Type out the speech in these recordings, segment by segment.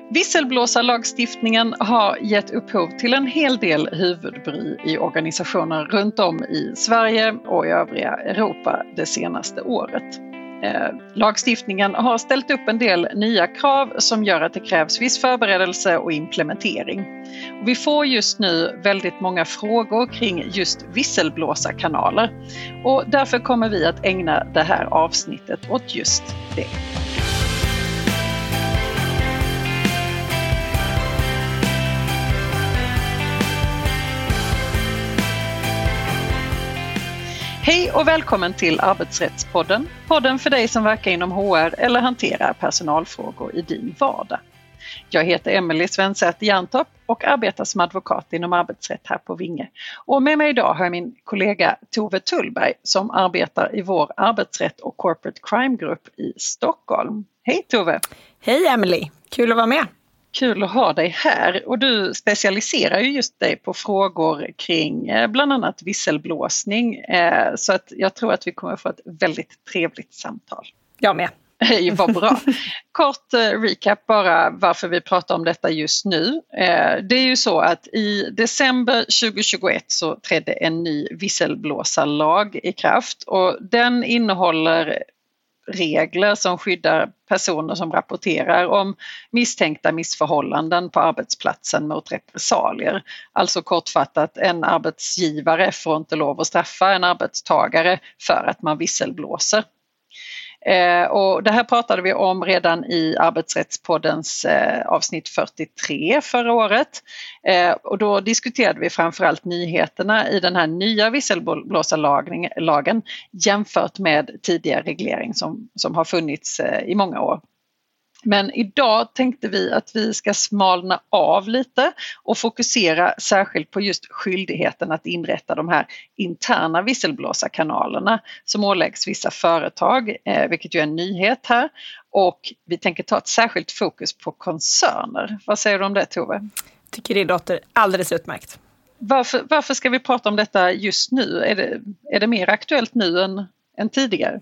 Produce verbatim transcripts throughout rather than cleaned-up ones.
Visselblåsarlagstiftningen har gett upphov till en hel del huvudbry i organisationer runt om i Sverige och i övriga Europa det senaste året. Eh, lagstiftningen har ställt upp en del nya krav som gör att det krävs viss förberedelse och implementering. Och vi får just nu väldigt många frågor kring just visselblåsarkanaler och därför kommer vi att ägna det här avsnittet åt just det. Hej och välkommen till Arbetsrättspodden, podden för dig som verkar inom H R eller hanterar personalfrågor i din vardag. Jag heter Emelie Svensäter Jantorp och arbetar som advokat inom arbetsrätt här på Vinge. Och med mig idag har jag min kollega Tove Tullberg som arbetar i vår arbetsrätt och corporate crime-grupp i Stockholm. Hej Tove! Hej Emelie, kul att vara med! Kul att ha dig här och du specialiserar ju just dig på frågor kring bland annat visselblåsning så att jag tror att vi kommer få ett väldigt trevligt samtal. Jag med. Hej, vad bra. Kort recap bara varför vi pratar om detta just nu. Det är ju så att i december tjugohundratjugoett så trädde en ny visselblåsarlag i kraft och den innehåller regler som skyddar personer som rapporterar om misstänkta missförhållanden på arbetsplatsen mot repressalier. Alltså kortfattat, en arbetsgivare får inte lov att straffa en arbetstagare för att man visselblåser. Eh, och det här pratade vi om redan i Arbetsrättspoddens eh, avsnitt fyrtiotre förra året. Eh, och då diskuterade vi framförallt nyheterna i den här nya visselblåsarlagen jämfört med tidigare reglering som, som har funnits eh, i många år. Men idag tänkte vi att vi ska smalna av lite och fokusera särskilt på just skyldigheten att inrätta de här interna visselblåsarkanalerna som åläggs vissa företag, eh, vilket ju är en nyhet här. Och vi tänker ta ett särskilt fokus på koncerner. Vad säger du om det, Tove? Jag tycker det låter alldeles utmärkt. Varför, varför ska vi prata om detta just nu? Är det, är det mer aktuellt nu än, än tidigare?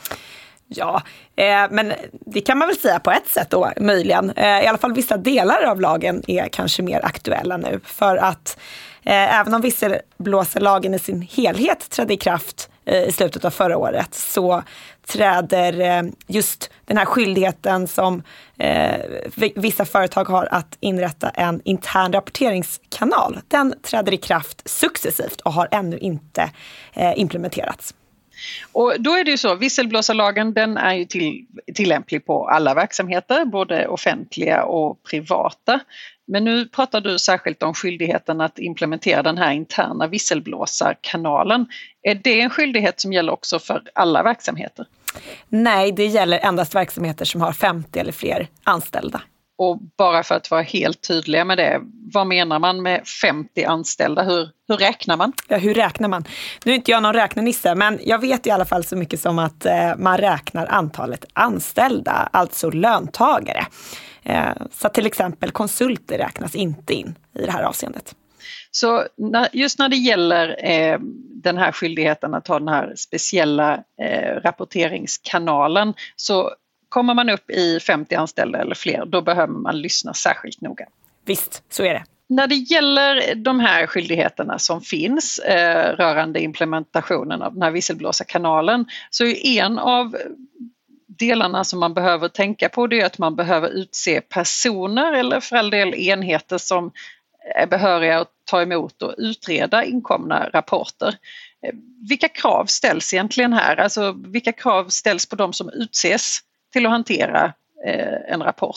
Ja, eh, men det kan man väl säga på ett sätt då, möjligen. Eh, I alla fall vissa delar av lagen är kanske mer aktuella nu. För att eh, även om visselblåsarlagen i sin helhet trädde i kraft eh, i slutet av förra året så träder eh, just den här skyldigheten som eh, vissa företag har att inrätta en intern rapporteringskanal. Den träder i kraft successivt och har ännu inte eh, implementerats. Och då är det ju så, visselblåsarlagen den är ju till, tillämplig på alla verksamheter, både offentliga och privata. Men nu pratar du särskilt om skyldigheten att implementera den här interna visselblåsarkanalen. Är det en skyldighet som gäller också för alla verksamheter? Nej, det gäller endast verksamheter som har femtio eller fler anställda. Och bara för att vara helt tydliga med det, vad menar man med femtio anställda? Hur, hur räknar man? Ja, hur räknar man? Nu är inte jag någon räknenisse, men jag vet i alla fall så mycket som att eh, man räknar antalet anställda, alltså löntagare. Eh, så till exempel konsulter räknas inte in i det här avseendet. Så när, just när det gäller eh, den här skyldigheten att ha den här speciella eh, rapporteringskanalen så kommer man upp i femtio anställda eller fler, då behöver man lyssna särskilt noga. Visst, så är det. När det gäller de här skyldigheterna som finns eh, rörande implementationen av den här visselblåsarkanalen så är en av delarna som man behöver tänka på det är att man behöver utse personer eller för all del enheter som är behöriga att ta emot och utreda inkomna rapporter. Vilka krav ställs egentligen här? Alltså vilka krav ställs på de som utses till att hantera eh, en rapport?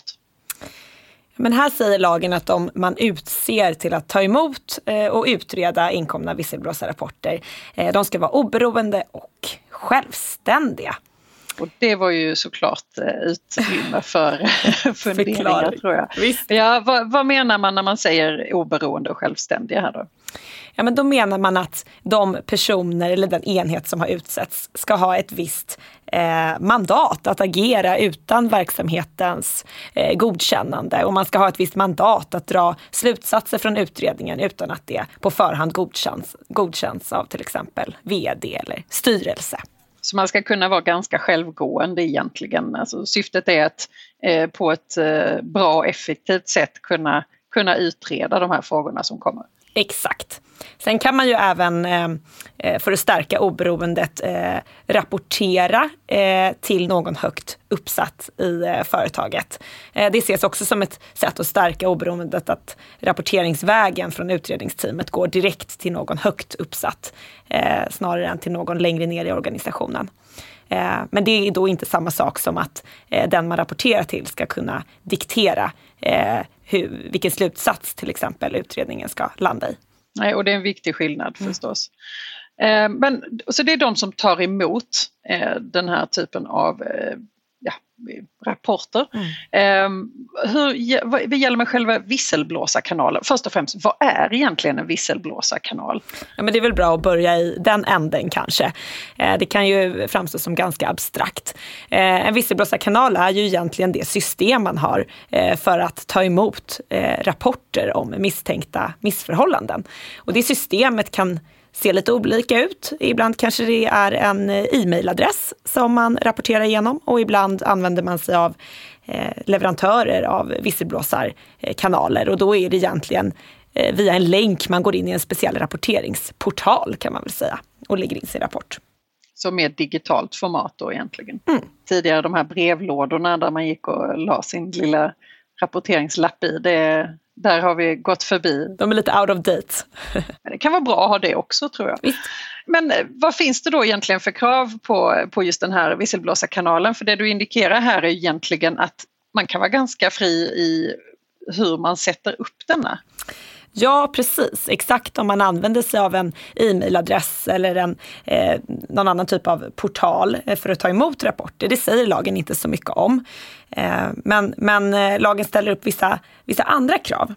Men här säger lagen att om man utser till att ta emot eh, och utreda inkomna visselblåsarrapporter, eh, de ska vara oberoende och självständiga. Och det var ju såklart utrymme för funderingar, tror jag. Visst. Ja, vad, vad menar man när man säger oberoende och självständiga här då? Ja, men då menar man att de personer eller den enhet som har utsetts ska ha ett visst eh, mandat att agera utan verksamhetens eh, godkännande. Och man ska ha ett visst mandat att dra slutsatser från utredningen utan att det på förhand godkänns, godkänns av till exempel vd eller styrelse. Så man ska kunna vara ganska självgående egentligen. Alltså, syftet är att eh, på ett eh, bra och effektivt sätt kunna, kunna utreda de här frågorna som kommer. Exakt. Sen kan man ju även, eh, för att stärka oberoendet, eh, rapportera eh, till någon högt uppsatt i eh, företaget. Eh, det ses också som ett sätt att stärka oberoendet, att rapporteringsvägen från utredningsteamet går direkt till någon högt uppsatt, eh, snarare än till någon längre ner i organisationen. Eh, men det är då inte samma sak som att eh, den man rapporterar till ska kunna diktera eh, hur, vilken slutsats till exempel utredningen ska landa i. Nej, och det är en viktig skillnad mm. förstås. Eh, men, så det är de som tar emot eh, den här typen av eh, ja, rapporter. Mm. Eh, hur, vad, vad gäller med själva visselblåsarkanalen? Först och främst, vad är egentligen en visselblåsarkanal? Ja, men det är väl bra att börja i den änden kanske. Eh, det kan ju framstå som ganska abstrakt. Eh, en visselblåsarkanal är ju egentligen det system man har eh, för att ta emot eh, rapporter om misstänkta missförhållanden. Och det systemet kan ser lite olika ut. Ibland kanske det är en e-mailadress som man rapporterar igenom och ibland använder man sig av eh, leverantörer av visselblåsarkanaler och då är det egentligen eh, via en länk man går in i en speciell rapporteringsportal kan man väl säga och lägger in sin rapport. Som är ett digitalt format då egentligen. Mm. Tidigare de här brevlådorna där man gick och la sin lilla rapporteringslapp i, det där har vi gått förbi. De är lite out of date. Det kan vara bra att ha det också tror jag. Visst. Men vad finns det då egentligen för krav på, på just den här visselblåsarkanalen? För det du indikerar här är egentligen att man kan vara ganska fri i hur man sätter upp denna. Ja, precis. Exakt om man använder sig av en e-mailadress eller en, eh, någon annan typ av portal för att ta emot rapporter. Det säger lagen inte så mycket om. Eh, men men eh, lagen ställer upp vissa, vissa andra krav.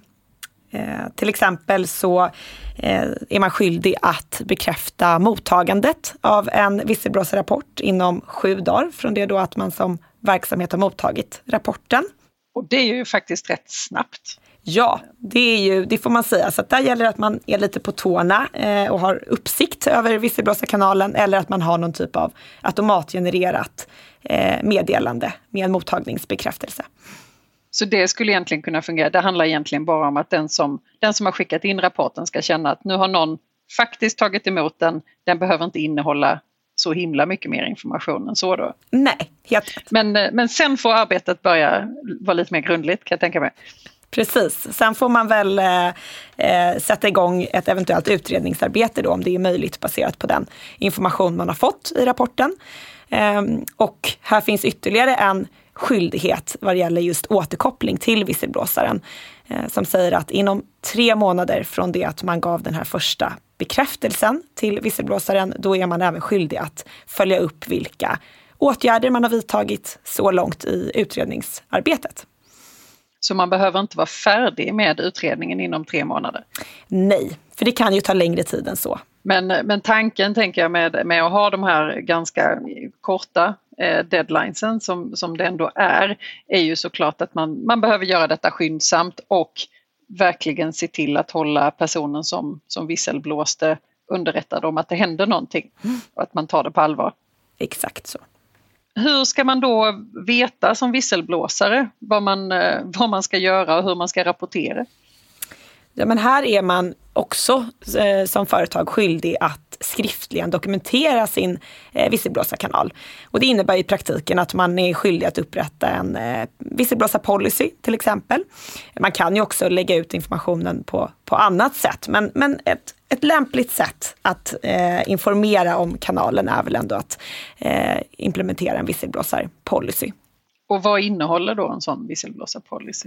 Eh, till exempel så eh, är man skyldig att bekräfta mottagandet av en visselblåsarrapport inom sju dagar från det då att man som verksamhet har mottagit rapporten. Och det är ju faktiskt rätt snabbt. Ja, det, är ju, det får man säga. Så att där gäller det att man är lite på tårna eh, och har uppsikt över visselblåsarkanalen eller att man har någon typ av automatgenererat eh, meddelande med en mottagningsbekräftelse. Så det skulle egentligen kunna fungera. Det handlar egentligen bara om att den som, den som har skickat in rapporten ska känna att nu har någon faktiskt tagit emot den. Den behöver inte innehålla så himla mycket mer information än så då. Nej, helt rätt. Men, men sen får arbetet börja vara lite mer grundligt kan jag tänka mig. Precis. Sen får man väl eh, sätta igång ett eventuellt utredningsarbete då, om det är möjligt baserat på den information man har fått i rapporten. Eh, och här finns ytterligare en skyldighet vad gäller just återkoppling till visselblåsaren eh, som säger att inom tre månader från det att man gav den här första bekräftelsen till visselblåsaren, då är man även skyldig att följa upp vilka åtgärder man har vidtagit så långt i utredningsarbetet. Så man behöver inte vara färdig med utredningen inom tre månader? Nej, för det kan ju ta längre tid än så. Men, men tanken tänker jag med, med att ha de här ganska korta eh, deadlinesen som, som det ändå är, är ju såklart att man, man behöver göra detta skyndsamt och verkligen se till att hålla personen som, som visselblåste underrättad om att det händer någonting och att man tar det på allvar. Exakt så. Hur ska man då veta som visselblåsare vad man, vad man ska göra och hur man ska rapportera? Ja, men här är man också eh, som företag skyldig att skriftligen dokumentera sin eh, visselblåsarkanal. Och det innebär i praktiken att man är skyldig att upprätta en eh, visselblåsarpolicy till exempel. Man kan ju också lägga ut informationen på, på annat sätt. Men, men ett, ett lämpligt sätt att eh, informera om kanalen är väl ändå att eh, implementera en visselblåsarpolicy. Och vad innehåller då en sån visselblåsarpolicy?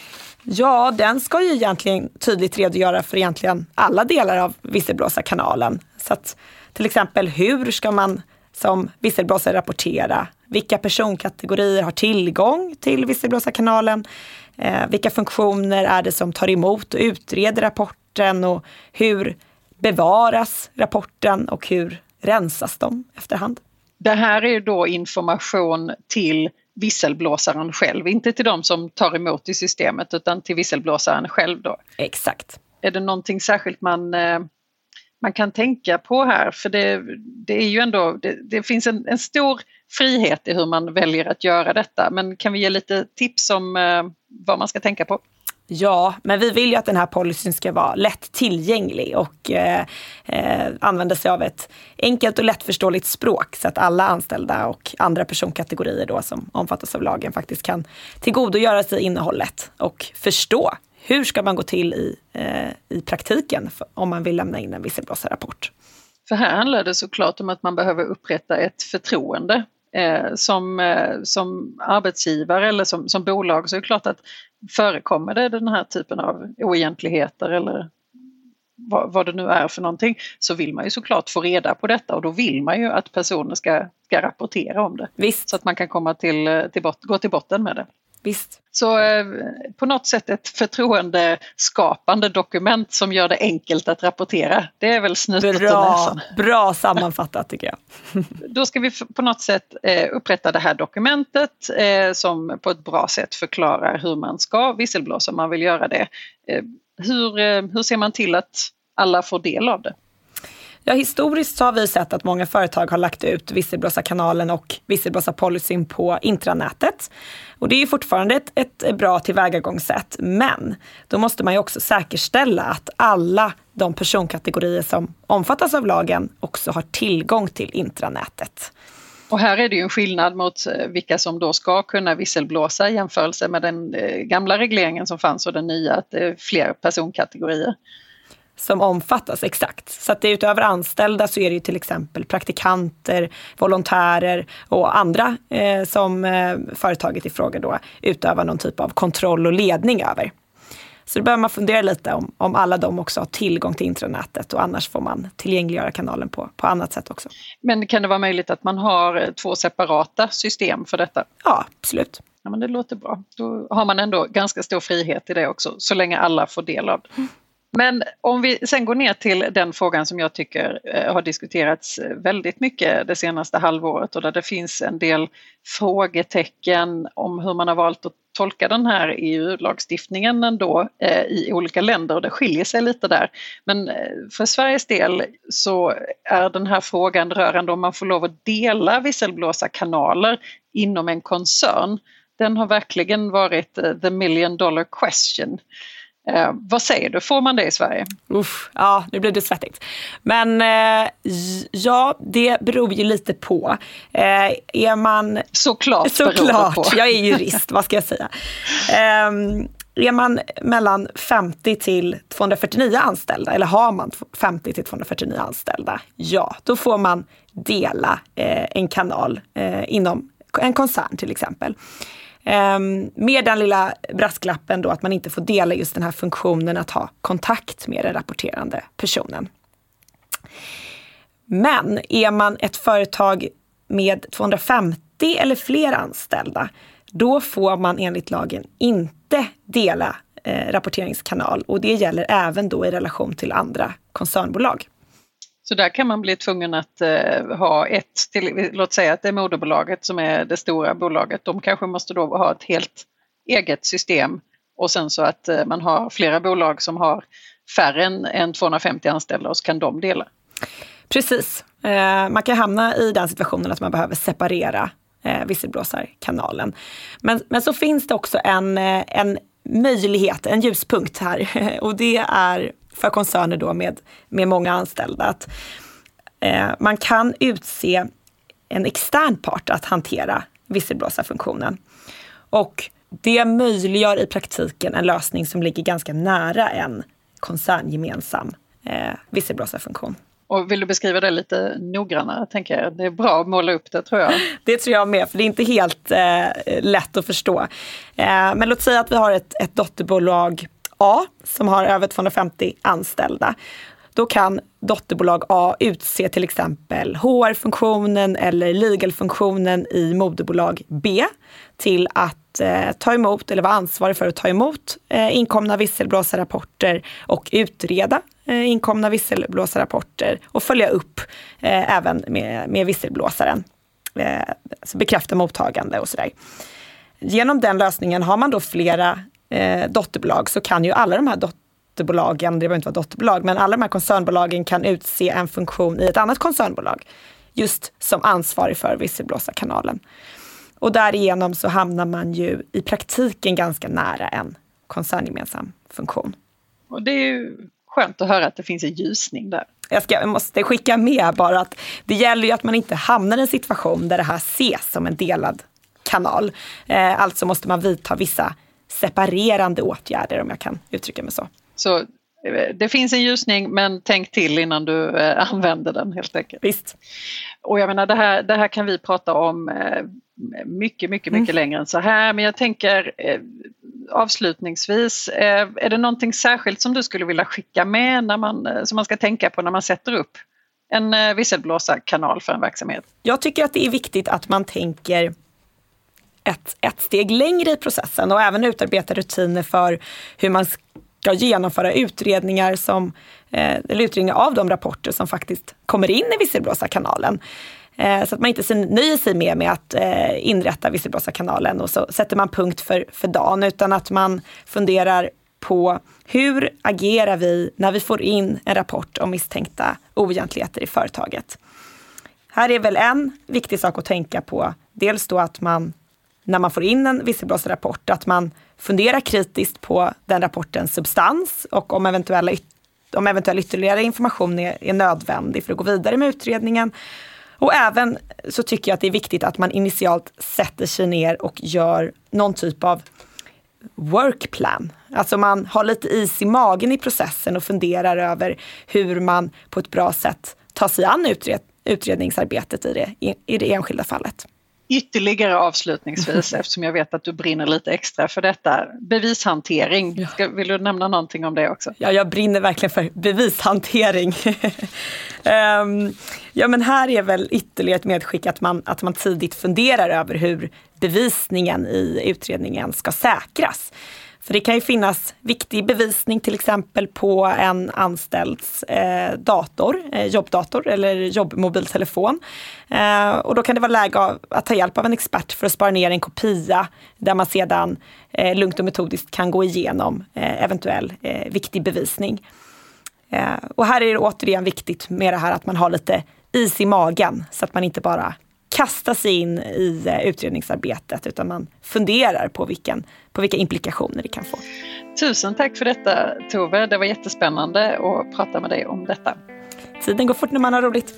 Ja, den ska ju egentligen tydligt redogöra för egentligen alla delar av visselblåsarkanalen. Så att till exempel hur ska man som visselblåsare rapportera? Vilka personkategorier har tillgång till visselblåsarkanalen? Eh, vilka funktioner är det som tar emot och utreder rapporten? Och hur bevaras rapporten och hur rensas de efterhand? Det här är då information till visselblåsaren själv, inte till de som tar emot i systemet utan till visselblåsaren själv då. Exakt. Är det någonting särskilt man, man kan tänka på här, för det, det är ju ändå, det, det finns en, en stor frihet i hur man väljer att göra detta, men kan vi ge lite tips om eh, vad man ska tänka på? Ja, men vi vill ju att den här policyn ska vara lätt tillgänglig och eh, eh, använda sig av ett enkelt och lättförståeligt språk så att alla anställda och andra personkategorier då som omfattas av lagen faktiskt kan tillgodogöra sig innehållet och förstå hur ska man gå till i, eh, i praktiken för, om man vill lämna in en visselblåsarrapport. För här handlar det såklart om att man behöver upprätta ett förtroende. Eh, som, eh, som arbetsgivare eller som, som bolag, så är det klart att förekommer det den här typen av oegentligheter eller vad, vad det nu är för någonting, så vill man ju såklart få reda på detta, och då vill man ju att personer ska, ska rapportera om det. Visst. Så att man kan komma till, till bot, gå till botten med det. Visst. Så eh, på något sätt ett förtroendeskapande dokument som gör det enkelt att rapportera. Det är väl snutet bra, näsan. Bra sammanfattat tycker jag. Då ska vi på något sätt eh, upprätta det här dokumentet eh, som på ett bra sätt förklarar hur man ska visselblåsa om man vill göra det. Eh, hur, eh, hur ser man till att alla får del av det? Ja, historiskt så har vi sett att många företag har lagt ut visselblåsarkanalen och visselblåsarpolicyn på intranätet. Och det är ju fortfarande ett, ett bra tillvägagångssätt, men då måste man ju också säkerställa att alla de personkategorier som omfattas av lagen också har tillgång till intranätet. Och här är det ju en skillnad mot vilka som då ska kunna visselblåsa i jämförelse med den gamla regleringen som fanns och den nya, att det är fler personkategorier som omfattas, exakt. Så att det utöver anställda så är det ju till exempel praktikanter, volontärer och andra eh, som eh, företaget i fråga då utövar någon typ av kontroll och ledning över. Så då behöver man fundera lite om, om alla de också har tillgång till intranätet, och annars får man tillgängliggöra kanalen på, på annat sätt också. Men kan det vara möjligt att man har två separata system för detta? Ja, absolut. Ja, men det låter bra. Då har man ändå ganska stor frihet i det också, så länge alla får del av det. Men om vi sen går ner till den frågan som jag tycker har diskuterats väldigt mycket det senaste halvåret, och där det finns en del frågetecken om hur man har valt att tolka den här E U-lagstiftningen ändå eh, i olika länder, och det skiljer sig lite där. Men för Sveriges del så är den här frågan rörande om man får lov att dela visselblåsarkanaler inom en koncern, den har verkligen varit uh, the million dollar question. Eh, vad säger du? Får man det i Sverige? Uff, ja, nu blir det svettigt. Men eh, ja, det beror ju lite på. Eh, är man... Såklart, Såklart. På. Jag är jurist, vad ska jag säga? Eh, är man mellan femtio till tvåhundrafyrtionio anställda, eller har man femtio till tvåhundrafyrtionio anställda, ja, då får man dela eh, en kanal eh, inom en koncern till exempel. Um, med den lilla brasklappen då att man inte får dela just den här funktionen att ha kontakt med den rapporterande personen. Men är man ett företag med tvåhundrafemtio eller fler anställda, då får man enligt lagen inte dela eh, rapporteringskanal, och det gäller även då i relation till andra koncernbolag. Så där kan man bli tvungen att eh, ha ett, till, låt säga att det är moderbolaget som är det stora bolaget. De kanske måste då ha ett helt eget system, och sen så att eh, man har flera bolag som har färre än, än tvåhundrafemtio anställda, och så kan de dela. Precis. Eh, man kan hamna i den situationen att man behöver separera eh, visselblåsarkanalen. Men, men så finns det också en, en möjlighet, en ljuspunkt här, och det är för koncerner då med, med många anställda att eh, man kan utse en extern part att hantera visselblåsarfunktionen. Och det möjliggör i praktiken en lösning som ligger ganska nära en koncerngemensam eh, visselblåsarfunktion. Och vill du beskriva det lite noggrannare, tänker jag? Det är bra att måla upp det, tror jag. Det tror jag med, för det är inte helt eh, lätt att förstå. Eh, men låt säga att vi har ett, ett dotterbolag A som har över tvåhundrafemtio anställda. Då kan dotterbolag A utse till exempel H R-funktionen eller legal-funktionen i moderbolag B till att eh, ta emot eller vara ansvarig för att ta emot eh, inkomna visselblåsarrapporter och utreda eh, inkomna visselblåsarrapporter och följa upp eh, även med, med visselblåsaren. Eh, alltså bekräfta mottagande och sådär. Genom den lösningen har man då flera eh, dotterbolag, så kan ju alla de här dot- dotterbolagen, det behöver inte vara dotterbolag, men alla de här koncernbolagen kan utse en funktion i ett annat koncernbolag just som ansvarig för visselblåsarkanalen. Och därigenom så hamnar man ju i praktiken ganska nära en koncerngemensam funktion. Och det är ju skönt att höra att det finns en ljusning där. Jag, ska, jag måste skicka med bara att det gäller ju att man inte hamnar i en situation där det här ses som en delad kanal. Eh, alltså måste man vidta vissa separerande åtgärder, om jag kan uttrycka mig så. Så det finns en ljusning, men tänk till innan du eh, använder den helt enkelt. Visst. Och jag menar, det här, det här kan vi prata om eh, mycket, mycket, mycket mm. längre än så här. Men jag tänker eh, avslutningsvis, eh, är det någonting särskilt som du skulle vilja skicka med när man, eh, som man ska tänka på när man sätter upp en eh, visselblåsarkanal för en verksamhet? Jag tycker att det är viktigt att man tänker ett, ett steg längre i processen och även utarbeta rutiner för hur man ska genomföra utredningar, som, eh, eller utredningar av de rapporter som faktiskt kommer in i visselblåsarkanalen. Eh, så att man inte nöjer sig med, med att eh, inrätta visselblåsarkanalen och så sätter man punkt för, för dagen, utan att man funderar på hur agerar vi när vi får in en rapport om misstänkta oegentligheter i företaget. Här är väl en viktig sak att tänka på. Dels då att man, när man får in en visselblåsarrapport, att man funderar kritiskt på den rapportens substans och om eventuella, om eventuell ytterligare information är, är nödvändig för att gå vidare med utredningen. Och även så tycker jag att det är viktigt att man initialt sätter sig ner och gör någon typ av workplan. Alltså man har lite is i magen i processen och funderar över hur man på ett bra sätt tar sig an utred, utredningsarbetet i det, i, i det enskilda fallet. Ytterligare avslutningsvis, eftersom jag vet att du brinner lite extra för detta. Bevishantering. Ja. Ska, vill du nämna någonting om det också? Ja, jag brinner verkligen för bevishantering. um, ja, men här är väl ytterligare ett medskick att man, att man tidigt funderar över hur bevisningen i utredningen ska säkras. För det kan ju finnas viktig bevisning till exempel på en anställds eh, dator, eh, jobbdator eller jobbmobiltelefon. Eh, och då kan det vara läge av, att ta hjälp av en expert för att spara ner en kopia där man sedan eh, lugnt och metodiskt kan gå igenom eh, eventuell eh, viktig bevisning. Eh, och här är det återigen viktigt med det här att man har lite is i magen så att man inte bara kasta sig in i utredningsarbetet utan man funderar på, vilken, på vilka implikationer det kan få. Tusen tack för detta, Tove. Det var jättespännande att prata med dig om detta. Tiden går fort när man har roligt.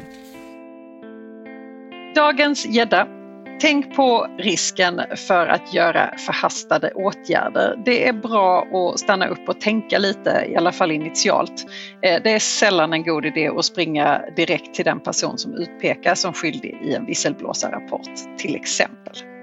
Dagens gädda. Tänk på risken för att göra förhastade åtgärder. Det är bra att stanna upp och tänka lite, i alla fall initialt. Det är sällan en god idé att springa direkt till den person som utpekas som skyldig i en visselblåsarrapport, till exempel.